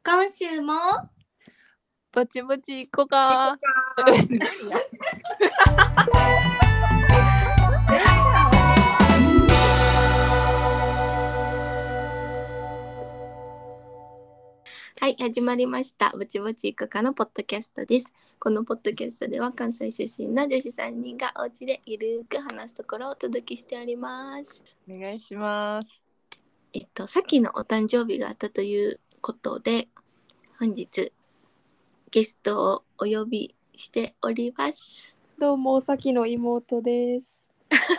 今週もぼちぼち行こうか。 はい、始まりました。ぼちぼちいくかのポッドキャストです。このポッドキャストでは関西出身の女子3人がお家でゆるく話すところをお届けしております。 お願いします。 さっきのお誕生日があったということで、本日ゲストをお呼びしております。 どうも、さきの妹です。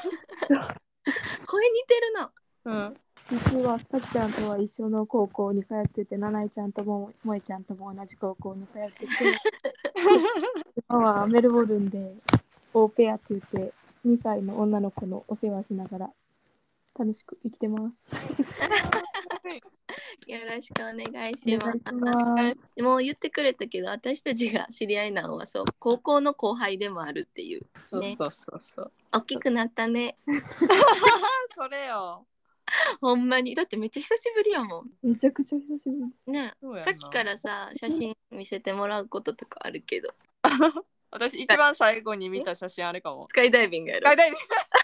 声似てるな。 実はさきちゃんとは一緒の高校に通ってて、なないちゃんともえちゃんとも同じ高校に通ってて今はメルボルンでオーペアって言って2歳の女の子のお世話しながら楽しく生きてます。 よろしくお願いしお願いしま。 ますす。 もう言ってくれたけど、私たちが知り合いなのはそう高校の後輩でもあるっていう、ね、 そう。 大きくなったね。 それよ。 ほんまに。だってめっちゃ久しぶりやもん。 めちゃくちゃ久しぶり。 ね、 そうやなさっきからさ、写真見せてもらうこととかあるけど。 私一番最後に見た写真あれかも。 スカイダイビングやろ。 スカイダイビング。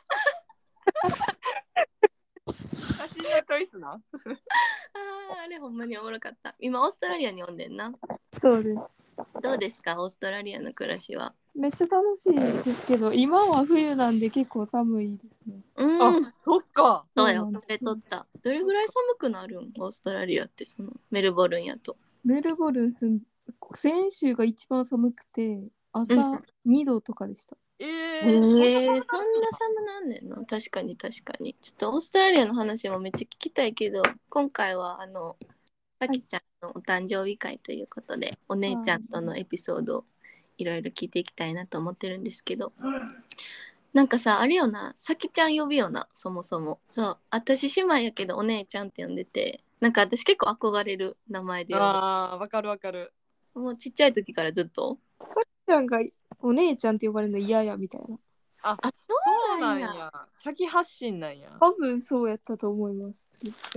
写真のチョイスな。 あれほんまにおもろかった。今オーストラリアにおんでんな。 そうです。 どうですかオーストラリアの暮らしは。 めっちゃ楽しいですけど、今は冬なんで結構寒いですね。 そっか。 そうや、遅れとった。どれぐらい寒くなるんオーストラリアって、そのメルボルンやと。 メルボルン先週が一番寒くて朝2度とかでした。 そんな寒なんねんな。確かに。ちょっとオーストラリアの話もめっちゃ聞きたいけど、今回はさきちゃんのお誕生日会ということで、お姉ちゃんとのエピソードをいろいろ聞いていきたいなと思ってるんですけど、なんかさ、あれよな、さきちゃん呼びよな、そもそも。そう、私姉妹やけどお姉ちゃんって呼んでて、なんか私結構憧れる名前で呼んで。 わかる。 もうちっちゃい時からずっとさきちゃんがお姉ちゃんって呼ばれるの嫌やみたいな。 そうなんや。 先発信なんや。 多分そうやったと思います。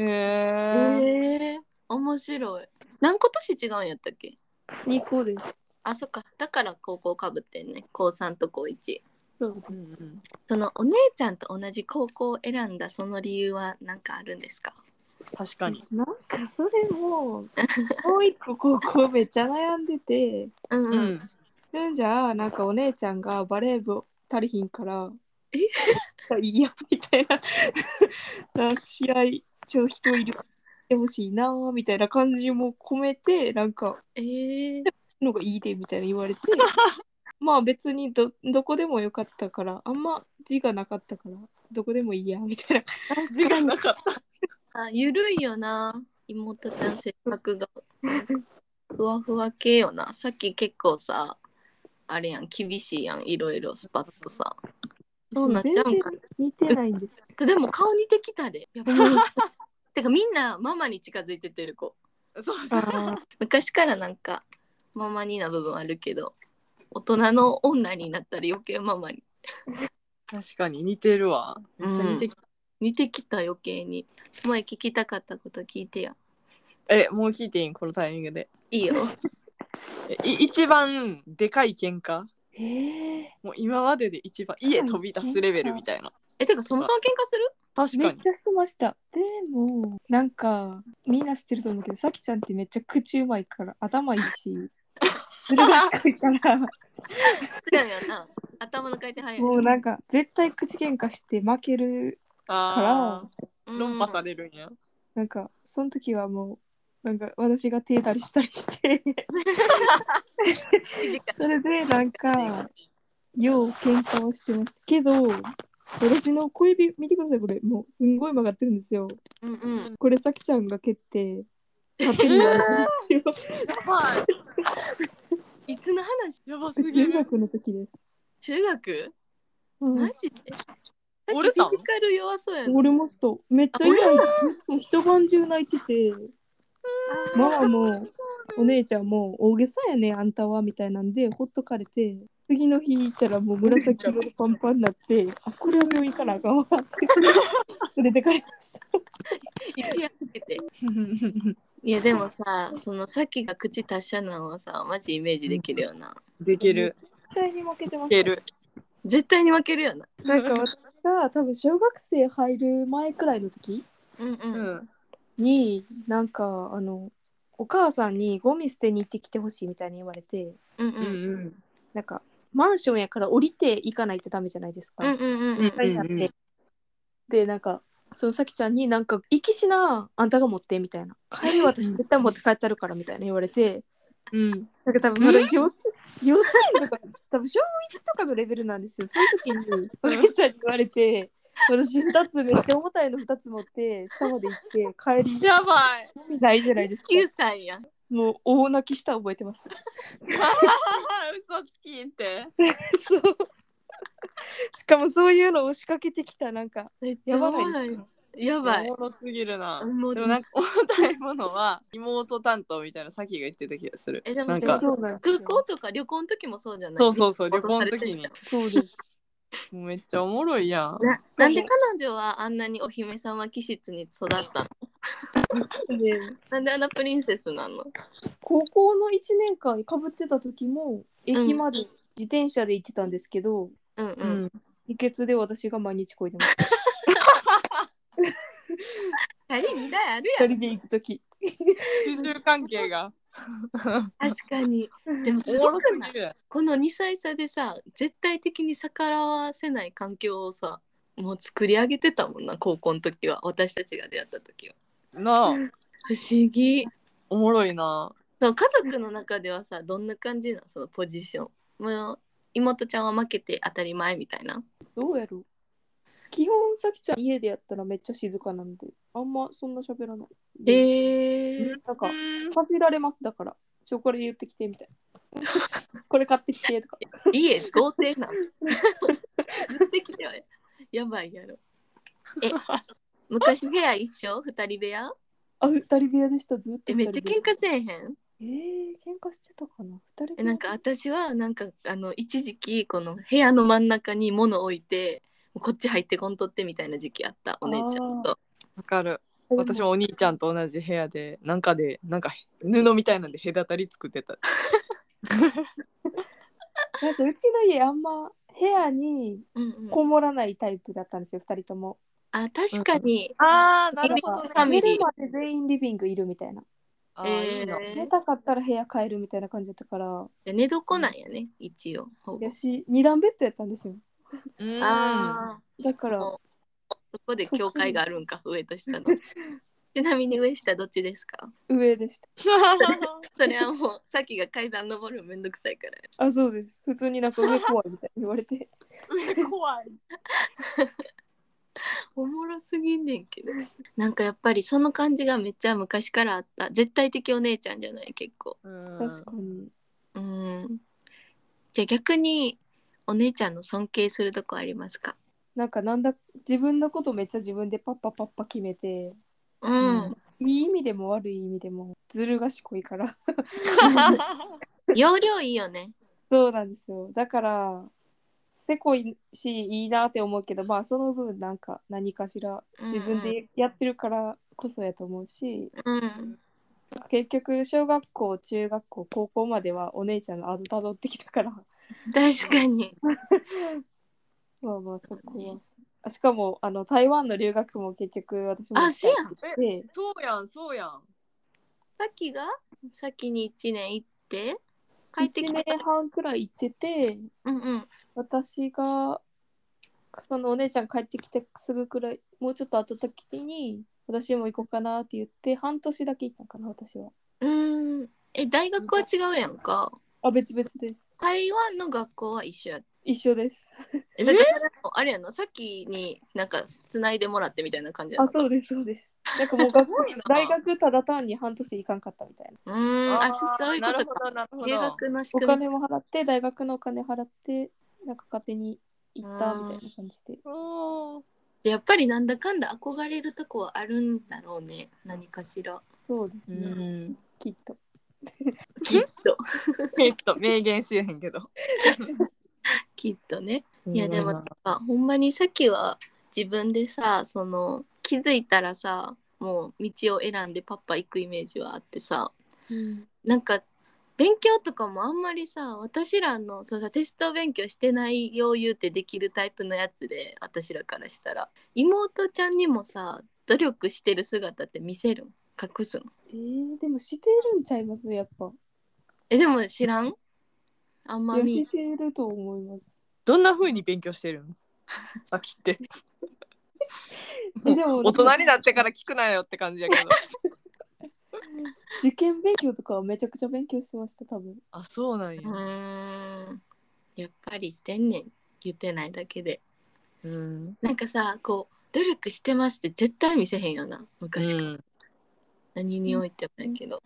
面白い。何個年違うんやったっけ 2個です。 あ、そっか。だから高校かぶってんね。高3と高1。 そう。 そのお姉ちゃんと同じ高校を選んだその理由は何かあるんですか？ 確かに。 なんかそれももう一個高校めっちゃ悩んでてじゃあなんかお姉ちゃんがバレー部足りひんからいいやみたいな試合ちょっと人いるからしてほしいなみたいな感じも込めてなんかのがいいでみたいな言われてまあ別にどこでもよかったからあんま字がなかったからどこでもいいやみたいな字がなかった。 ゆるいよな妹ちゃん性格がふわふわ系よな。さっき結構さあれやん厳しいやんいろいろスパッとさそうなっちゃうんか。 似てないんですでも顔似てきたでやっぱてかみんなママに近づいてってる子。 そう昔からなんかママにな部分あるけど大人の女になったら余計ママに。 確かに似てるわ。めっちゃ似てきた。 似てきた余計に。前聞きたかったこと聞いてや。 もう聞いていいんこのタイミングで。 いいよ。 一番でかい喧嘩もう今までで一番家飛び出すレベルみたいな。 てかそもそも喧嘩する？ 確かにめっちゃしてました。でもなんかみんな知ってると思うけどさきちゃんってめっちゃ口うまいから頭いいしずる賢いから強いよな。頭の回転早い。 もうなんか絶対口喧嘩して負けるから論破されるんや。 なんかその時はもうなんか私が手たりしたりしてそれでなんかよう喧嘩をしてましたけど私の小指見てくださいこれもうすんごい曲がってるんですよ。これさきちゃんが蹴って縦になるんですよ。 やばい。 いつの話？ やばすぎる。 中学の時です。 中学？マジで？ 折れたん？ フィジカル弱そうやな。 折れました。めっちゃ痛い。一晩中泣いててママもお姉ちゃんも大げさやねあんたはみたいなんでほっとかれて次の日行ったらもう紫色のパンパンになってこれは病院行かなあかんわって連れてかれました。 一夜かけていやでもさ、そのさっきが口達者なのはさ、マジイメージできるよな。 できる。 絶対に負けてました。 いける。 絶対に負けるよな。 なんか私が多分小学生入る前くらいの時うんうん。 に、なんかお母さんにゴミ捨てに行ってきてほしいみたいに言われて、 うんううんん。 うん。 なんかマンションやから降りて行かないとダメじゃないですか。 うんうんうんうん。 うんになって、でなんかそのさきちゃんになんか行きしなあんたが持ってみたいな、帰り私絶対持って帰ったるからみたいな言われて、 うん。 なんか多分まだ幼稚園とか多分小1とかのレベルなんですよ。その時にお姉ちゃんに言われて、私2つめっちゃ重たいの2つ持って下まで行って帰りやばい。 意味ないじゃないですか。 9歳やん。 もう大泣きした覚えてます。 嘘つきって。 そう。しかもそういうのを仕掛けてきた、なんかめっちゃやばおもろい。 ないですか。 やばい。 おもろすぎるな。 もうでもなんか重たいものは妹担当みたいなさきが言ってた気がする。 でもなんかそうなんですよ。 空港とか旅行の時もそうじゃない？ そうそうそう、旅行の時に。 そうです。 もうめっちゃおもろいやん。 なんで彼女はあんなにお姫様気質に育ったの？ でなんであんなプリンセスなの？ 高校の1年間かぶってた時も駅まで自転車で行ってたんですけど、 うんう。 うんん。 秘訣で私が毎日こいでました。 二人2台あるやん。 二人で行く時。 主従関係が。 確かに。でもおもろすごくない？ すぎる。 この2歳差でさ、絶対的に逆らわせない環境をさ、もう作り上げてたもんな、高校の時は。私たちが出会った時は。 なあ、 不思議。 おもろいな。 そう、家族の中ではさ、どんな感じなの、そのポジション。もう妹ちゃんは負けて当たり前みたいな。 どうやろう。基本さきちゃん家でやったらめっちゃ静かなんで、あんまそんな喋らない。なんか走られます。だからこれ言ってきてみたいな。これ買ってきてとか。 家豪邸なの。言ってきてはやばいやろ。昔部屋一緒？二人部屋？ あ、二人部屋でした。ずっとめっちゃ喧嘩せえへん？ 喧嘩してたかな。二人部屋なんか私はなんか一時期この部屋の真ん中に物置いて、こっち入ってこんとってみたいな時期あった、お姉ちゃんと。 わかる。私もお兄ちゃんと同じ部屋でなんか布みたいなんで隔たり作ってた。 なんかうちの家あんま部屋にこもらないタイプだったんですよ、二人とも。 あ、確かに。 ああ、なるほどね。 寝るまで全員リビングいるみたいな。 いいな。 寝たかったら部屋変えるみたいな感じだったから。 寝床なんやね、一応。 やし、二段ベッドやったんですよ。 ああ。 だからそこで境界があるんか、上と下の。ちなみに上下どっちですか？ 上でした。 それはもうさっきが階段登るのめんどくさいから。 あ、そうです。普通になんか上怖いみたいに言われて。 上怖い。 おもろすぎんねんけど。なんかやっぱりその感じがめっちゃ昔からあった。絶対的お姉ちゃんじゃない、結構。 確かに。 じゃあ逆にお姉ちゃんの尊敬するとこありますか？ なんだ自分のことめっちゃ自分でパッパ決めて、いい意味でも悪い意味でもずる賢いから容量いいよね。 そうなんですよ。だからせこいしいいなって思うけど、まあその分なんか何かしら自分でやってるからこそやと思うし、なんか結局小学校中学校高校まではお姉ちゃんのあずたどってきたから確かにまあまあそこは、しかも台湾の留学も結局私もせやん。 そうやんそうやん。 さっきが先に1年行って帰ってき 1年半くらい行ってて、私がそのお姉ちゃん帰ってきてすぐくらい、もうちょっと後時に私も行こうかなって言って半年だけ行ったのかな、私は。 大学は違うやんか。 あ、別々です。 台湾の学校は一緒や。 一緒です。 だからあれやの、さっきになんかつないでもらってみたいな感じやのか。 あ、そうですそうです。なんかもう大学ただ単に半年行かんかったみたいな。 そういうことか。留学の仕組み。 お金も払って大学のお金払ってなんか勝手に行ったみたいな感じで。 でやっぱりなんだかんだ憧れるとこはあるんだろうね、何かしら。 そうですね。きっと。 きっと明言しへんけどきっとね。いやでもほんまにさっきは自分でさ、その気づいたらさ、 もう道を選んでパッパ行くイメージはあってさ、 なんか勉強とかもあんまりさ、私らのそうさテスト勉強してない余裕ってできるタイプのやつで、私らからしたら妹ちゃんにもさ努力してる姿って見せるん隠すの？ でもしてるんちゃいますやっぱ。 でも知らん？あんま見。 してると思います。 どんな風に勉強してるの？さっきって。 でも大人になってから聞くなよって感じやけど。 受験勉強とかはめちゃくちゃ勉強してました多分。 あ、そうなんや。 やっぱりしてんねん、言ってないだけで。なんかさ、こう努力してますって絶対見せへんよな、昔から。何においてもやけど。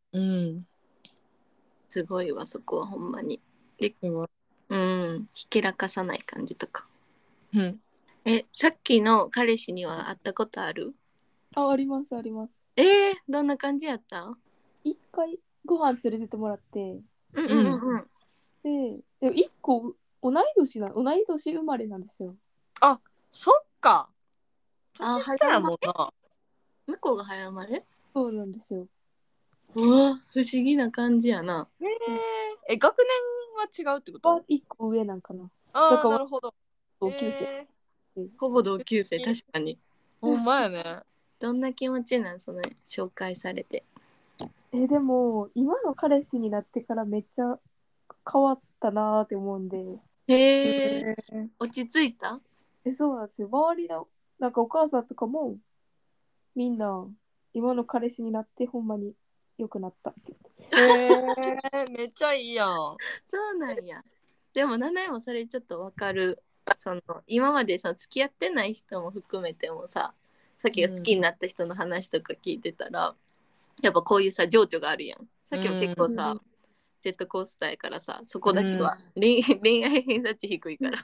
すごいわ、そこはほんまに。で、ひけらかさない感じとか。さっきの彼氏には会ったことある？ ありますあります。 どんな感じやった？ 一回ご飯連れてってもらって、で一個同い年生まれなんですよ。 あ、そっか。 あ、 早もんな。 向こうが早生まれ？ そうなんですよ。 うわ、不思議な感じやな。 学年は違うってこと？ 一個上なんかな。 ああ、なるほど。 同級生。 ほぼ同級生、確かに。 ほんまやね。 どんな気持ちなん、その紹介されて。 でも今の彼氏になってからめっちゃ変わったなーって思うんで。 落ち着いた？ そうなんですよ。周りのなんかお母さんとかもみんな今の彼氏になってほんまに良くなったって言って。めっちゃいいやん。 そうなんや。でも七重もそれちょっとわかる。その今までその付き合ってない人も含めてもさっきが好きになった人の話とか聞いてたら、やっぱこういうさ情緒があるやん。さっきも結構さ、ジェットコースターやからさ、そこだけは、恋愛偏差値低いから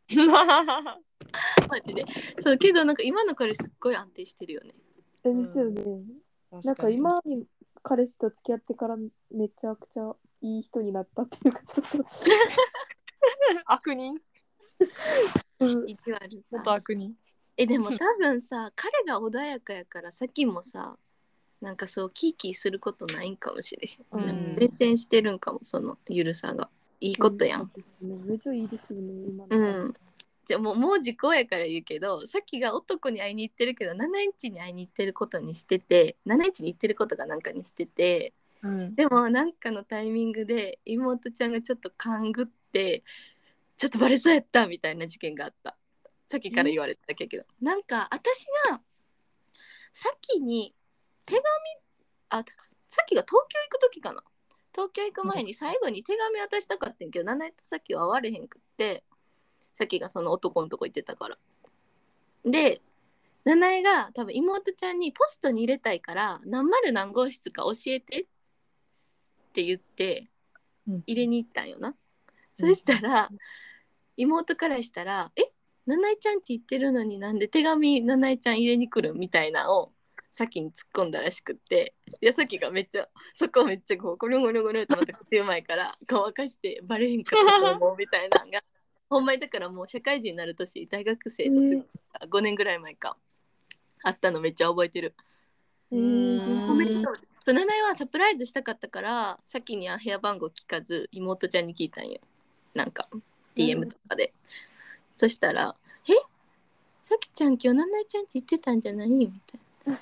マジで。そうけどなんか今の彼すっごい安定してるよね。 ですよね。なんか今に彼氏と付き合ってからめちゃくちゃいい人になったっていうかちょっと悪人？ 意地悪元悪人。 でも多分さ彼が穏やかやからさっきもさなんかそうキーキーすることないんかもしれへん。伝染してるんかも、そのゆるさが。いいことやん。 めっちゃいいですよね今の。じゃあもう時効やから言うけど、さっきが男に会いに行ってるけど7インチに会いに行ってることにしてて、7インチに行ってることがなんかにしてて、でもなんかのタイミングで妹ちゃんがちょっと勘ぐってちょっとバレそうやったみたいな事件があった。さっきから言われてたけど、なんか私がさっきに手紙さっきが東京行く時かな、東京行く前に最後に手紙渡したかったんけど、七重とさっきは会われへんくって、さっきがその男のとこ行ってたから。で七重が多分妹ちゃんにポストに入れたいから何丸何号室か教えてって言って入れに行ったんよな。そしたら妹からしたら七重ちゃんち行ってるのになんで手紙七重ちゃん入れに来るみたいなのをさきに突っ込んだらしくって、いやさきがめっちゃそこをめっちゃこうゴロゴロゴロってまた口うまいから乾かしてバレへんかったと思うみたいなのがほんまにだからもう社会人になる年大学生卒業5年ぐらい前かあったのめっちゃ覚えてる。その名前はサプライズしたかったからさきには部屋番号聞かず妹ちゃんに聞いたんよ、なんか DM とかで。そしたらさきちゃん今日七重ちゃんって言ってたんじゃないみたいな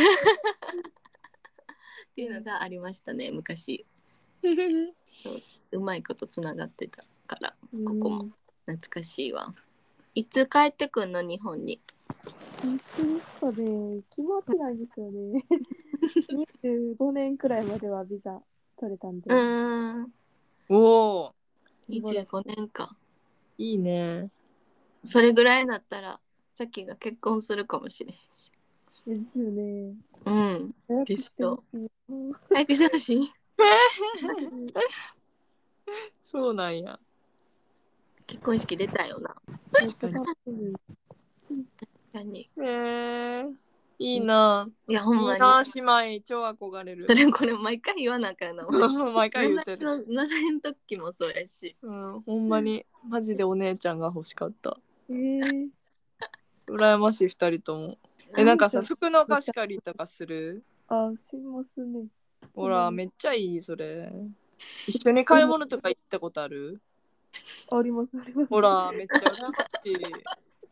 っていうのがありましたね昔うまいことつながってたからここも懐かしいわ。いつ帰ってくんの日本に？ いつですかね、決まってないんですよね25年くらいまではビザ取れたんで。 おお 25年か。 いいね。 それぐらいだったらさっきが結婚するかもしれんし。 ですよね。 早くしてほしい。早くしてほしいそうなんや。 結婚式出たよな。 確かに。 いいな。 いやほんまに。いいな姉妹超憧れる。 それこれ毎回言わなあかんな。 毎回言ってる。 7年の時もそうやし。 ほんまにマジでお姉ちゃんが欲しかった。羨ましい2人とも。 なんかさ、服の貸し借りとかする？ あ、しますね。 ほら、めっちゃいい、それ。一緒に買い物とか行ったことある？ あります、あります。 ほら、めっちゃ羨ましい。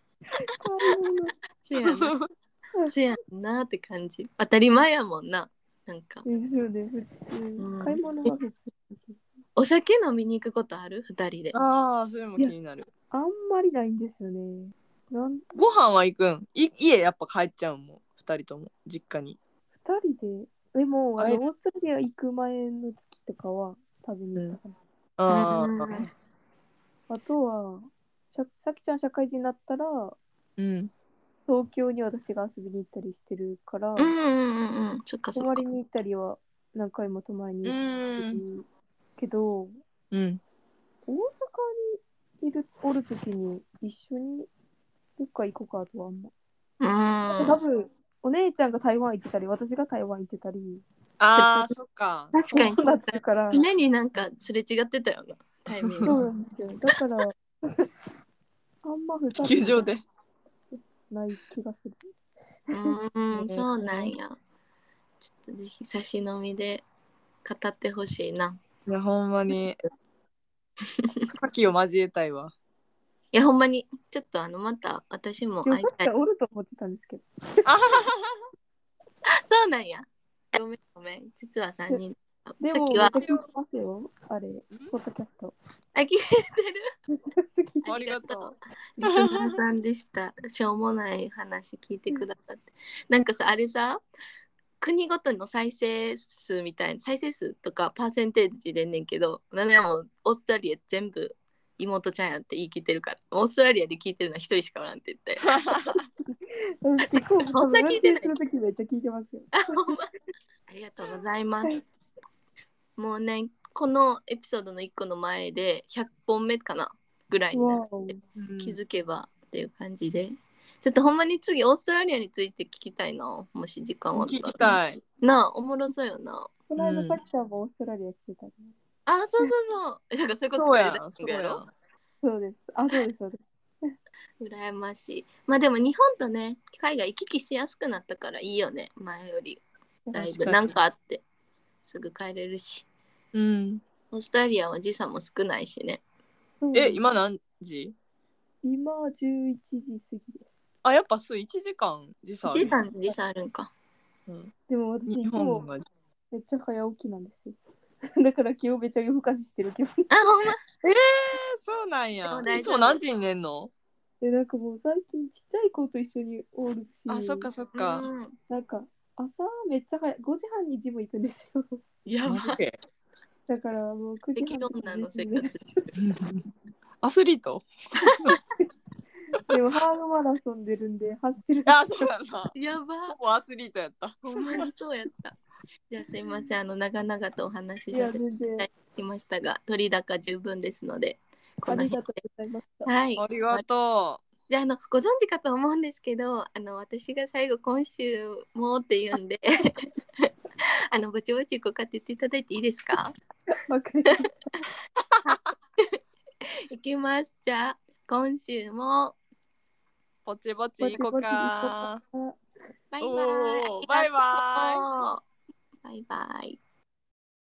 せやな。せやなって感じ。当たり前やもんな。なんか。 ですよね、普通。買い物は普通。 お酒飲みに行くことある？2人で。 ああ、それも気になる。 あんまりないんですよね。 ご飯は行くん？家やっぱ帰っちゃうもん、2人とも、実家に。 2人で、でも、オあえーストラリア行く前の月とかは食べに行ったかな。 ああとは、さきちゃん社会人になったら、 うん東京に私が遊びに行ったりしてるから、 そっかそっか。 泊まりに行ったりは何回も泊まりに行ってるけど、 うん。 大阪におるときに一緒にどっか行こうかとはあんま。多分、お姉ちゃんが台湾行ってたり、私が台湾行ってたり、 ああ、そっか。 確かに。 そうなってるから。 常になんかすれ違ってたよな、タイミング。 そうなんですよ。だから、あんま2人地球上で。 ない気がする。 そうなんや。ちょっとぜひ差し飲みで語ってほしいな。 いや、ほんまに。さきを交えたいわ。 いや、ほんまに、ちょっとまた私も今日会いたい。 確かおると思ってたんですけど。 そうなんや。ごめんごめん。実は3人。 でも、めっちゃ聞いてますよ。あれ、ポッドキャスト。 あ、聞いてる。 めっちゃ好き。 ありがとう。 リスナーさんでした。しょうもない話聞いてくださって。なんかさ、あれさ、国ごとの再生数みたいな、再生数とかパーセンテージでんねんけど、なんでもオーストラリア全部妹ちゃんやって言い切ってるから、オーストラリアで聞いてるのは1人しかおらんって言って。そんな聞いてない。 するときめっちゃ聞いてますよ。 ありがとうございます。もうね、このエピソードの1個の前で100本目かなぐらいになって気づけばっていう感じで、ちょっとほんまに次オーストラリアについて聞きたいな、もし時間あったら。 聞きたい。 なあ、おもろそうよな。 この間、さきちゃんもオーストラリア来てたね。 あ、そうそうそう。だからそれこそそうやん、そうやん。 そうです。あ、そうです、そうです。 羨ましい。まあでも日本とね、海外行き来しやすくなったからいいよね、前より。だいぶなんかあってすぐ帰れるし。 うん。 オーストラリアは時差も少ないしね。 今何時？ 今11時過ぎです。 あ、やっぱ1時間時差ある。 1時間時差あるんか。 でも私いつも日本がめっちゃ早起きなんですよ。だから今日めっちゃ夜更かししてる気分。 あ、ほんま。 そうなんや。 でも大丈夫いつも何時に寝んの？ なんかもう最近ちっちゃい子と一緒におるし、 あ、そっかそっか。 なんか朝めっちゃ早い、5時半にジム行くんですよ。 やばい。 だからもう9時半女の生活。 アスリート？ でもハーフマラソン出るんで走ってる。 あ、そうなんだ。 やば。 ほぼアスリートやった。 ほんまにそうやった。じゃあすいません、長々とお話しさせていただきましたが、取り高十分ですので、 ありがとうございました。 はい。 ありがとう。 じゃあご存知かと思うんですけど、私が最後今週もって言うんでぼちぼちこうかって言っていただいていいですか？ わかりました。 いきます。じゃあ今週もぼちぼち行こうか。 バイバイ。 バイバイ。 バイバイ。